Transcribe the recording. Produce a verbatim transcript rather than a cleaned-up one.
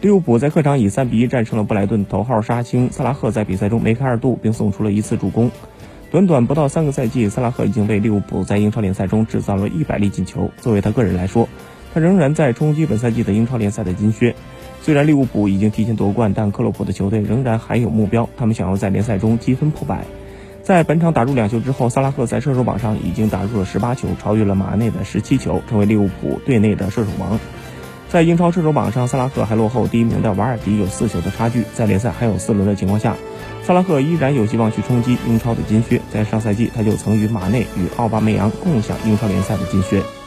利物浦在客场以三比一战胜了布莱顿，头号杀青萨拉赫在比赛中梅开二度，并送出了一次助攻。短短不到三个赛季，萨拉赫已经为利物浦在英超联赛中制造了一百粒进球。作为他个人来说，他仍然在冲击本赛季的英超联赛的金靴。虽然利物浦已经提前夺冠，但克洛普的球队仍然还有目标，他们想要在联赛中积分破百。在本场打入两球之后，萨拉赫在射手榜上已经打入了十八球，超越了马内的十七球，成为利物浦队内的射手王。在英超射手榜上，萨拉赫还落后第一名的瓦尔迪有四球的差距。在联赛还有四轮的情况下，萨拉赫依然有希望去冲击英超的金靴。在上赛季，他就曾与马内与奥巴梅扬共享英超联赛的金靴。